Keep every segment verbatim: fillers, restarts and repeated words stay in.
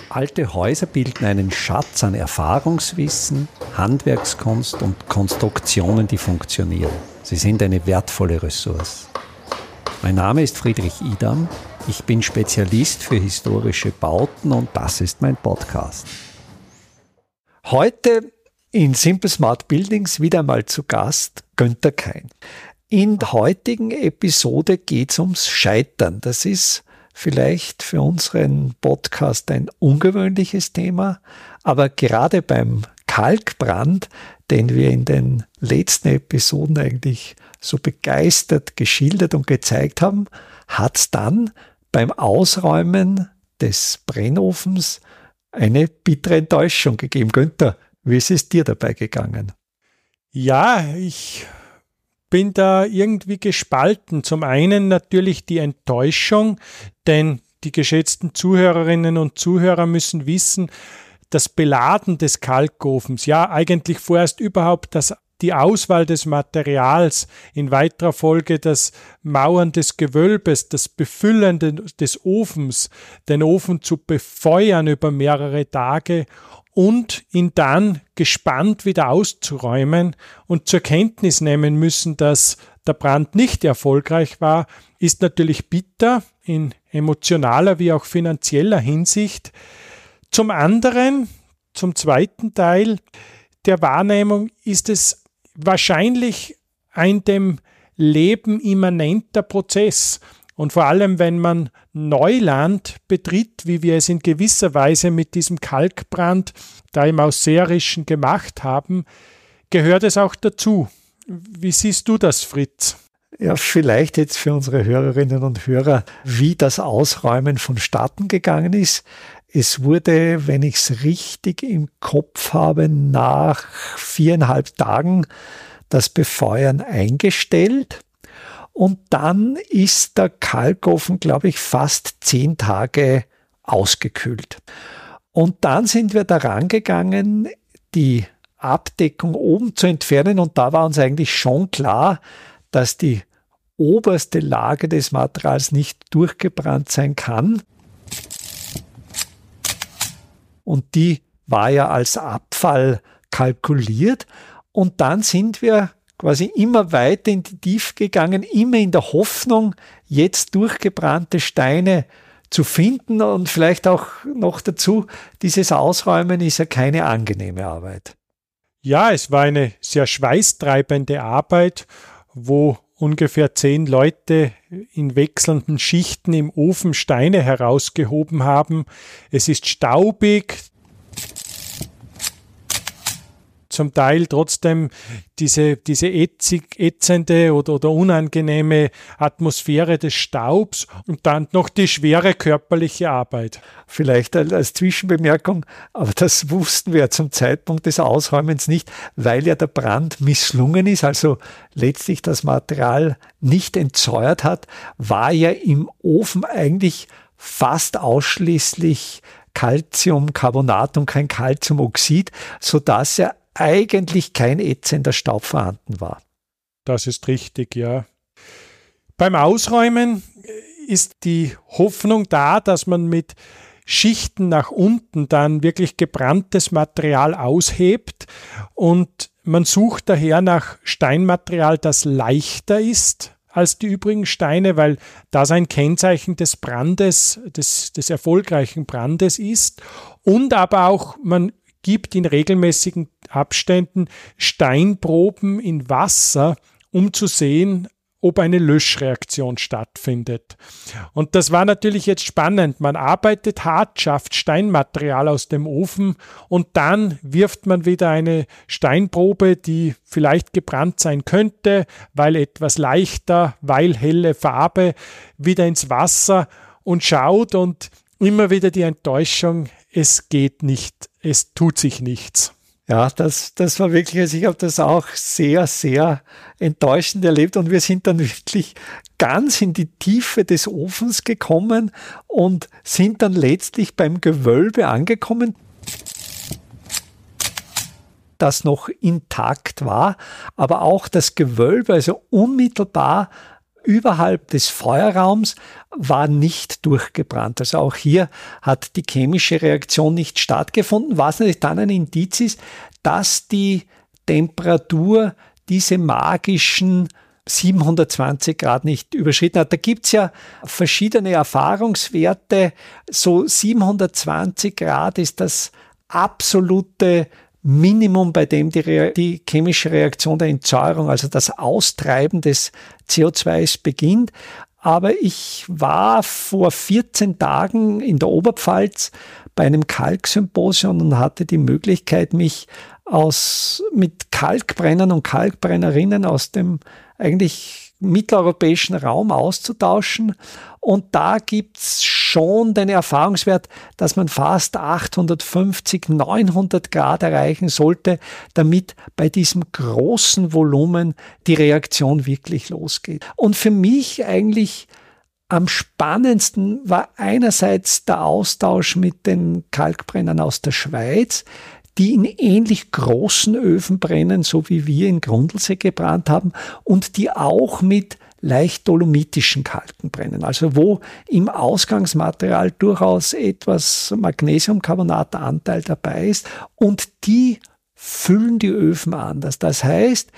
Alte Häuser bilden einen Schatz an Erfahrungswissen, Handwerkskunst und Konstruktionen, die funktionieren. Sie sind eine wertvolle Ressource. Mein Name ist Friedrich Idam. Ich bin Spezialist für historische Bauten und das ist mein Podcast. Heute in Simple Smart Buildings wieder mal zu Gast Günther Kein. In der heutigen Episode geht es ums Scheitern. Das ist vielleicht für unseren Podcast ein ungewöhnliches Thema, aber gerade beim Kalkbrand, den wir in den letzten Episoden eigentlich so begeistert geschildert und gezeigt haben, hat es dann beim Ausräumen des Brennofens eine bittere Enttäuschung gegeben. Günther, wie ist es dir dabei gegangen? Ja, ich bin da irgendwie gespalten. Zum einen natürlich die Enttäuschung, denn die geschätzten Zuhörerinnen und Zuhörer müssen wissen, das Beladen des Kalkofens, ja eigentlich vorerst überhaupt das, die Auswahl des Materials, in weiterer Folge das Mauern des Gewölbes, das Befüllen des Ofens, den Ofen zu befeuern über mehrere Tage und ihn dann gespannt wieder auszuräumen und zur Kenntnis nehmen müssen, dass der Brand nicht erfolgreich war, ist natürlich bitter in emotionaler wie auch finanzieller Hinsicht. Zum anderen, zum zweiten Teil der Wahrnehmung ist es wahrscheinlich ein dem Leben immanenter Prozess. Und vor allem, wenn man Neuland betritt, wie wir es in gewisser Weise mit diesem Kalkbrand da im Ausseerischen gemacht haben, gehört es auch dazu. Wie siehst du das, Fritz? Ja, vielleicht jetzt für unsere Hörerinnen und Hörer, wie das Ausräumen vonstatten gegangen ist. Es wurde, wenn ich es richtig im Kopf habe, nach viereinhalb Tagen das Befeuern eingestellt. Und dann ist der Kalkofen, glaube ich, fast zehn Tage ausgekühlt. Und dann sind wir daran gegangen, die Abdeckung oben zu entfernen. Und da war uns eigentlich schon klar, dass die oberste Lage des Materials nicht durchgebrannt sein kann. Und die war ja als Abfall kalkuliert. Und dann sind wir quasi immer weiter in die Tiefe gegangen, immer in der Hoffnung, jetzt durchgebrannte Steine zu finden und vielleicht auch noch dazu, dieses Ausräumen ist ja keine angenehme Arbeit. Ja, es war eine sehr schweißtreibende Arbeit, wo ungefähr zehn Leute in wechselnden Schichten im Ofen Steine herausgehoben haben. Es ist staubig, zum Teil trotzdem diese, diese ätzig, ätzende oder, oder unangenehme Atmosphäre des Staubs und dann noch die schwere körperliche Arbeit. Vielleicht als Zwischenbemerkung, aber das wussten wir zum Zeitpunkt des Ausräumens nicht, weil ja der Brand misslungen ist, also letztlich das Material nicht entsäuert hat, war ja im Ofen eigentlich fast ausschließlich Calciumcarbonat und kein Calciumoxid, sodass ja eigentlich kein ätzender Staub vorhanden war. Das ist richtig, ja. Beim Ausräumen ist die Hoffnung da, dass man mit Schichten nach unten dann wirklich gebranntes Material aushebt und man sucht daher nach Steinmaterial, das leichter ist als die übrigen Steine, weil das ein Kennzeichen des Brandes, des, des erfolgreichen Brandes ist und aber auch man gibt in regelmäßigen Abständen Steinproben in Wasser, um zu sehen, ob eine Löschreaktion stattfindet. Und das war natürlich jetzt spannend. Man arbeitet hart, schafft Steinmaterial aus dem Ofen und dann wirft man wieder eine Steinprobe, die vielleicht gebrannt sein könnte, weil etwas leichter, weil helle Farbe, wieder ins Wasser und schaut und immer wieder die Enttäuschung, es geht nicht, es tut sich nichts. Ja, das, das war wirklich, also ich habe das auch sehr, sehr enttäuschend erlebt und wir sind dann wirklich ganz in die Tiefe des Ofens gekommen und sind dann letztlich beim Gewölbe angekommen, das noch intakt war, aber auch das Gewölbe, also unmittelbar überhalb des Feuerraums war nicht durchgebrannt. Also auch hier hat die chemische Reaktion nicht stattgefunden, was natürlich dann ein Indiz ist, dass die Temperatur diese magischen siebenhundertzwanzig Grad nicht überschritten hat. Da gibt es ja verschiedene Erfahrungswerte. So siebenhundertzwanzig Grad ist das absolute Minimum, bei dem die, Re- die chemische Reaktion der Entsäuerung, also das Austreiben des C O zwei beginnt. Aber ich war vor vierzehn Tagen in der Oberpfalz bei einem Kalksymposium und hatte die Möglichkeit, mich aus, mit Kalkbrennern und Kalkbrennerinnen aus dem eigentlich mitteleuropäischen Raum auszutauschen. Und da gibt's schon den Erfahrungswert, dass man fast achthundertfünfzig, neunhundert Grad erreichen sollte, damit bei diesem großen Volumen die Reaktion wirklich losgeht. Und für mich eigentlich am spannendsten war einerseits der Austausch mit den Kalkbrennern aus der Schweiz, die in ähnlich großen Öfen brennen, so wie wir in Grundlsee gebrannt haben, und die auch mit leicht dolomitischen Kalken brennen, also wo im Ausgangsmaterial durchaus etwas Magnesiumcarbonatanteil dabei ist, und die füllen die Öfen anders. Das heißt,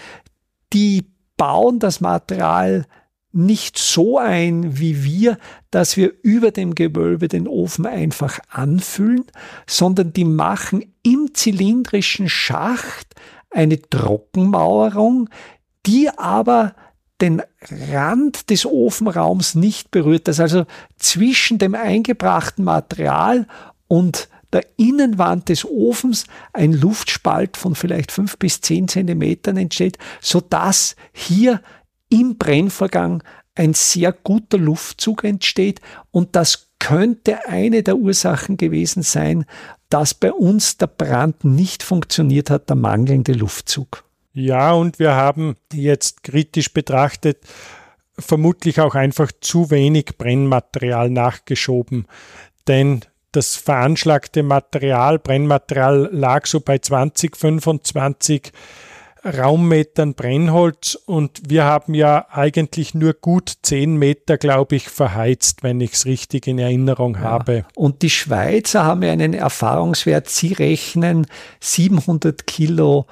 die bauen das Material nicht so ein wie wir, dass wir über dem Gewölbe den Ofen einfach anfüllen, sondern die machen im zylindrischen Schacht eine Trockenmauerung, die aber den Rand des Ofenraums nicht berührt. Das also zwischen dem eingebrachten Material und der Innenwand des Ofens ein Luftspalt von vielleicht fünf bis zehn Zentimetern entsteht, sodass hier im Brennvorgang ein sehr guter Luftzug entsteht, und das könnte eine der Ursachen gewesen sein, dass bei uns der Brand nicht funktioniert hat, der mangelnde Luftzug. Ja, und wir haben jetzt kritisch betrachtet vermutlich auch einfach zu wenig Brennmaterial nachgeschoben, denn das veranschlagte Material, Brennmaterial lag so bei zwanzig, fünfundzwanzig Raummetern Brennholz, und wir haben ja eigentlich nur gut zehn Meter, glaube ich, verheizt, wenn ich es richtig in Erinnerung Ja. habe. Und die Schweizer haben ja einen Erfahrungswert, sie rechnen siebenhundert Kilo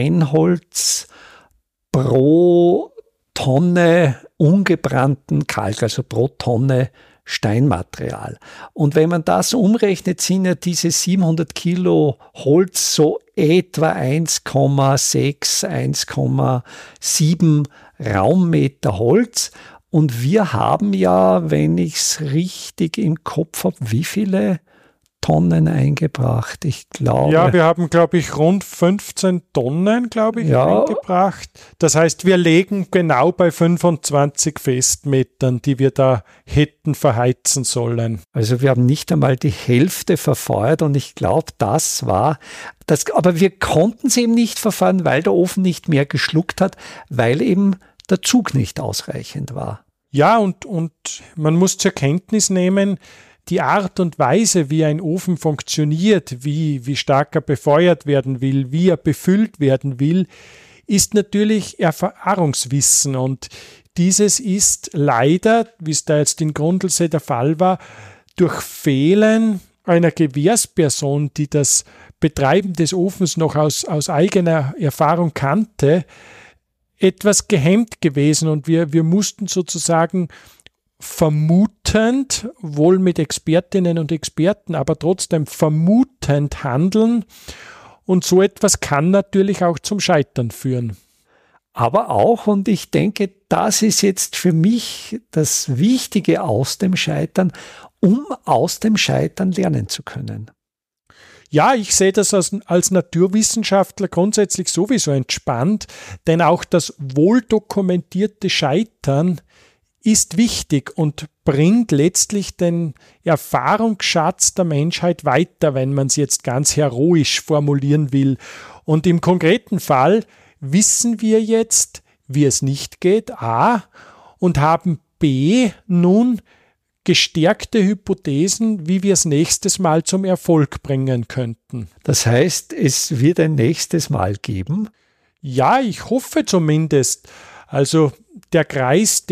Brennholz pro Tonne ungebrannten Kalk, also pro Tonne Steinmaterial. Und wenn man das umrechnet, sind ja diese siebenhundert Kilo Holz so etwa eins Komma sechs, eins Komma sieben Raummeter Holz. Und wir haben ja, wenn ich es richtig im Kopf habe, wie viele Tonnen eingebracht? Ich glaube. Ja, wir haben, glaube ich, rund fünfzehn Tonnen, glaube ich, Ja. eingebracht. Das heißt, wir legen genau bei fünfundzwanzig Festmetern, die wir da hätten verheizen sollen. Also wir haben nicht einmal die Hälfte verfeuert, und ich glaube, das war das. Aber wir konnten es eben nicht verfeuern, weil der Ofen nicht mehr geschluckt hat, weil eben der Zug nicht ausreichend war. Ja, und, und man muss zur Kenntnis nehmen, die Art und Weise, wie ein Ofen funktioniert, wie, wie stark er befeuert werden will, wie er befüllt werden will, ist natürlich Erfahrungswissen. Und dieses ist leider, wie es da jetzt in Grundlsee der Fall war, durch Fehlen einer Gewährsperson, die das Betreiben des Ofens noch aus, aus eigener Erfahrung kannte, etwas gehemmt gewesen. Und wir, wir mussten sozusagen vermutend, wohl mit Expertinnen und Experten, aber trotzdem vermutend handeln. Und so etwas kann natürlich auch zum Scheitern führen. Aber auch, und ich denke, das ist jetzt für mich das Wichtige aus dem Scheitern, um aus dem Scheitern lernen zu können. Ja, ich sehe das als, als Naturwissenschaftler grundsätzlich sowieso entspannt, denn auch das wohldokumentierte Scheitern ist wichtig und bringt letztlich den Erfahrungsschatz der Menschheit weiter, wenn man es jetzt ganz heroisch formulieren will. Und im konkreten Fall wissen wir jetzt, wie es nicht geht, A, und haben B, nun gestärkte Hypothesen, wie wir es nächstes Mal zum Erfolg bringen könnten. Das heißt, es wird ein nächstes Mal geben? Ja, ich hoffe zumindest. Also der Kreis der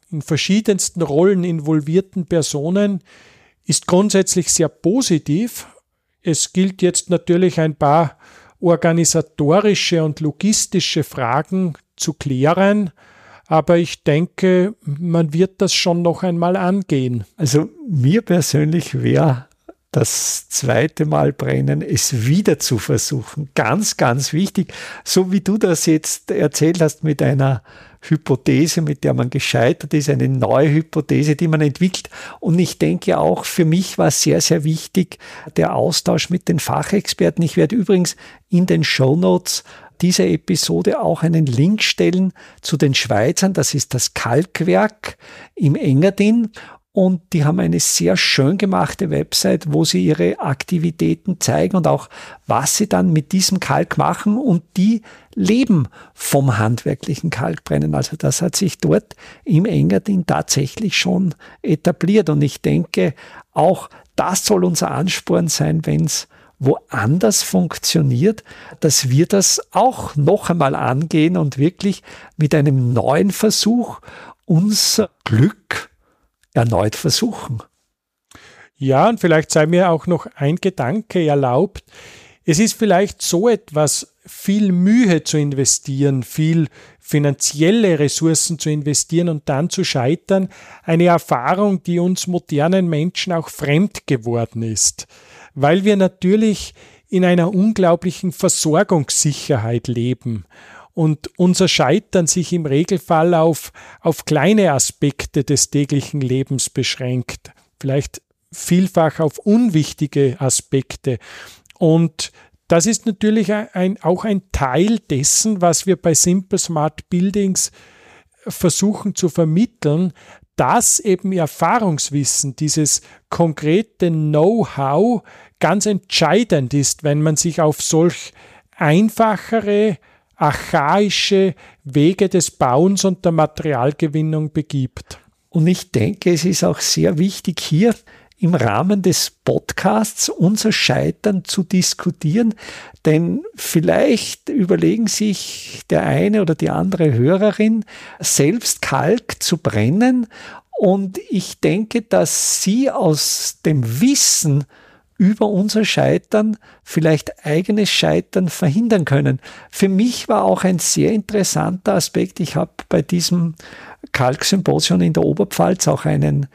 in verschiedensten Rollen involvierten Personen ist grundsätzlich sehr positiv. Es gilt jetzt natürlich ein paar organisatorische und logistische Fragen zu klären, aber ich denke, man wird das schon noch einmal angehen. Also mir persönlich wäre das zweite Mal brennen, es wieder zu versuchen. Ganz, ganz wichtig. So wie du das jetzt erzählt hast mit einer Hypothese, mit der man gescheitert ist, eine neue Hypothese, die man entwickelt. Und ich denke auch, für mich war sehr, sehr wichtig der Austausch mit den Fachexperten. Ich werde übrigens in den Shownotes dieser Episode auch einen Link stellen zu den Schweizern. Das ist das Kalkwerk im Engadin. Und die haben eine sehr schön gemachte Website, wo sie ihre Aktivitäten zeigen und auch, was sie dann mit diesem Kalk machen. Und die leben vom handwerklichen Kalkbrennen. Also das hat sich dort im Engadin tatsächlich schon etabliert. Und ich denke, auch das soll unser Ansporn sein, wenn es woanders funktioniert, dass wir das auch noch einmal angehen und wirklich mit einem neuen Versuch unser Glück erneut versuchen. Ja, und vielleicht sei mir auch noch ein Gedanke erlaubt. Es ist vielleicht so etwas, viel Mühe zu investieren, viel finanzielle Ressourcen zu investieren und dann zu scheitern, eine Erfahrung, die uns modernen Menschen auch fremd geworden ist, weil wir natürlich in einer unglaublichen Versorgungssicherheit leben. Und unser Scheitern sich im Regelfall auf, auf kleine Aspekte des täglichen Lebens beschränkt, vielleicht vielfach auf unwichtige Aspekte. Und das ist natürlich ein, auch ein Teil dessen, was wir bei Simple Smart Buildings versuchen zu vermitteln, dass eben Erfahrungswissen, dieses konkrete Know-how ganz entscheidend ist, wenn man sich auf solch einfachere, archaische Wege des Bauens und der Materialgewinnung begibt. Und ich denke, es ist auch sehr wichtig, hier im Rahmen des Podcasts unser Scheitern zu diskutieren, denn vielleicht überlegen sich der eine oder die andere Hörerin, selbst Kalk zu brennen, und ich denke, dass sie aus dem Wissen über unser Scheitern vielleicht eigenes Scheitern verhindern können. Für mich war auch ein sehr interessanter Aspekt, ich habe bei diesem Kalksymposion in der Oberpfalz auch einen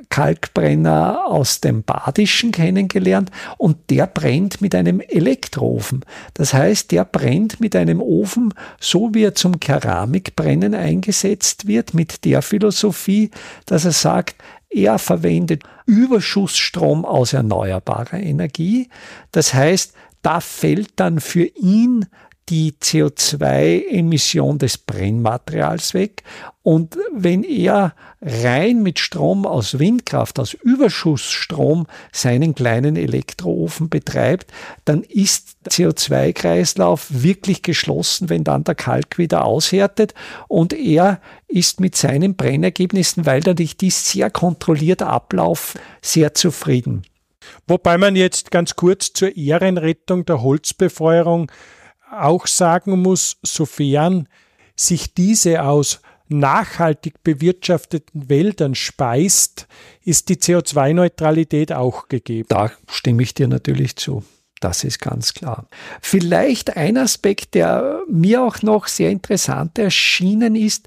Kalkbrenner aus dem Badischen kennengelernt, und der brennt mit einem Elektroofen. Das heißt, der brennt mit einem Ofen, so wie er zum Keramikbrennen eingesetzt wird, mit der Philosophie, dass er sagt, er verwendet Überschussstrom aus erneuerbarer Energie. Das heißt, da fällt dann für ihn die C O zwei Emission des Brennmaterials weg. Und wenn er rein mit Strom aus Windkraft, aus Überschussstrom seinen kleinen Elektroofen betreibt, dann ist der C O zwei Kreislauf wirklich geschlossen, wenn dann der Kalk wieder aushärtet, und er ist mit seinen Brennergebnissen, weil dadurch die sehr kontrolliert ablaufen, sehr zufrieden. Wobei man jetzt ganz kurz zur Ehrenrettung der Holzbefeuerung auch sagen muss, sofern sich diese aus nachhaltig bewirtschafteten Wäldern speist, ist die C O zwei Neutralität auch gegeben. Da stimme ich dir natürlich zu. Das ist ganz klar. Vielleicht ein Aspekt, der mir auch noch sehr interessant erschienen ist: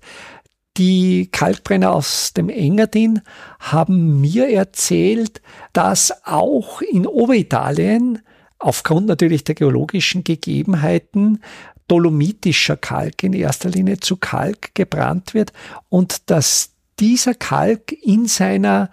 Die Kalkbrenner aus dem Engadin haben mir erzählt, dass auch in Oberitalien aufgrund natürlich der geologischen Gegebenheiten dolomitischer Kalk in erster Linie zu Kalk gebrannt wird, und dass dieser Kalk in seiner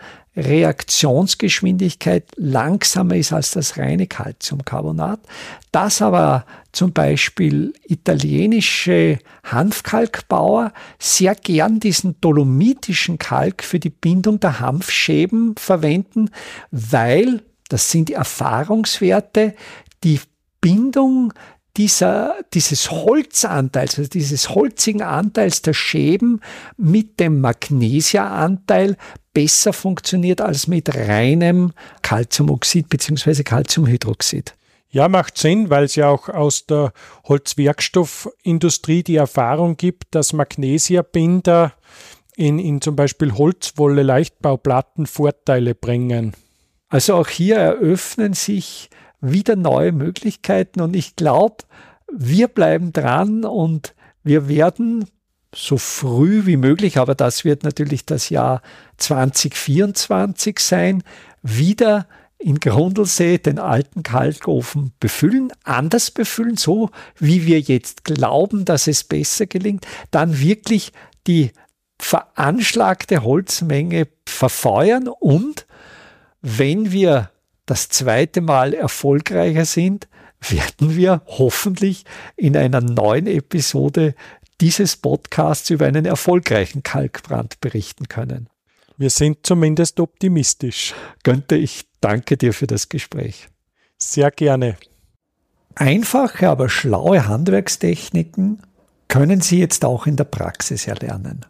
Reaktionsgeschwindigkeit langsamer ist als das reine Calciumcarbonat, dass aber zum Beispiel italienische Hanfkalkbauer sehr gern diesen dolomitischen Kalk für die Bindung der Hanfscheiben verwenden, weil, das sind Erfahrungswerte, die Bindung dieser, dieses Holzanteils, also dieses holzigen Anteils der Scheiben mit dem Magnesianteil besser funktioniert als mit reinem Calciumoxid bzw. Calciumhydroxid. Ja, macht Sinn, weil es ja auch aus der Holzwerkstoffindustrie die Erfahrung gibt, dass Magnesiabinder in, in zum Beispiel Holzwolle, Leichtbauplatten Vorteile bringen. Also auch hier eröffnen sich wieder neue Möglichkeiten und ich glaube, wir bleiben dran und wir werden so früh wie möglich, aber das wird natürlich das Jahr zwanzig vierundzwanzig sein, wieder in Grundlsee den alten Kalkofen befüllen, anders befüllen, so wie wir jetzt glauben, dass es besser gelingt, dann wirklich die veranschlagte Holzmenge verfeuern und wenn wir das zweite Mal erfolgreicher sind, werden wir hoffentlich in einer neuen Episode dieses Podcasts über einen erfolgreichen Kalkbrand berichten können. Wir sind zumindest optimistisch. Günther, ich danke dir für das Gespräch. Sehr gerne. Einfache, aber schlaue Handwerkstechniken können Sie jetzt auch in der Praxis erlernen.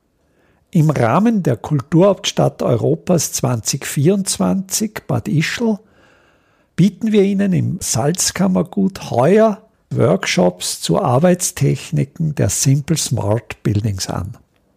Im Rahmen der Kulturhauptstadt Europas zwanzig vierundzwanzig Bad Ischl bieten wir Ihnen im Salzkammergut heuer Workshops zu Arbeitstechniken der Simple Smart Buildings an.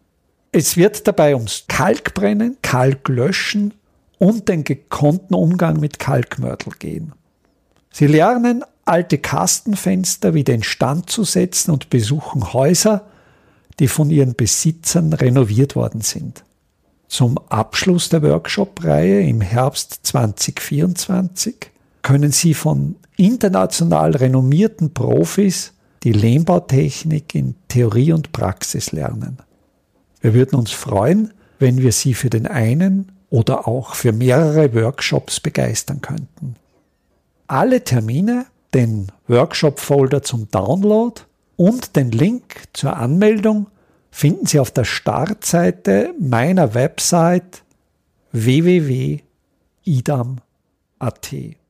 Es wird dabei ums Kalkbrennen, Kalklöschen und den gekonnten Umgang mit Kalkmörtel gehen. Sie lernen, alte Kastenfenster wieder instand zu setzen und besuchen Häuser, die von ihren Besitzern renoviert worden sind. Zum Abschluss der Workshop-Reihe im Herbst zwanzig vierundzwanzig können Sie von international renommierten Profis die Lehmbautechnik in Theorie und Praxis lernen. Wir würden uns freuen, wenn wir Sie für den einen oder auch für mehrere Workshops begeistern könnten. Alle Termine, den Workshop-Folder zum Download und den Link zur Anmeldung finden Sie auf der Startseite meiner Website w w w punkt idam punkt a t.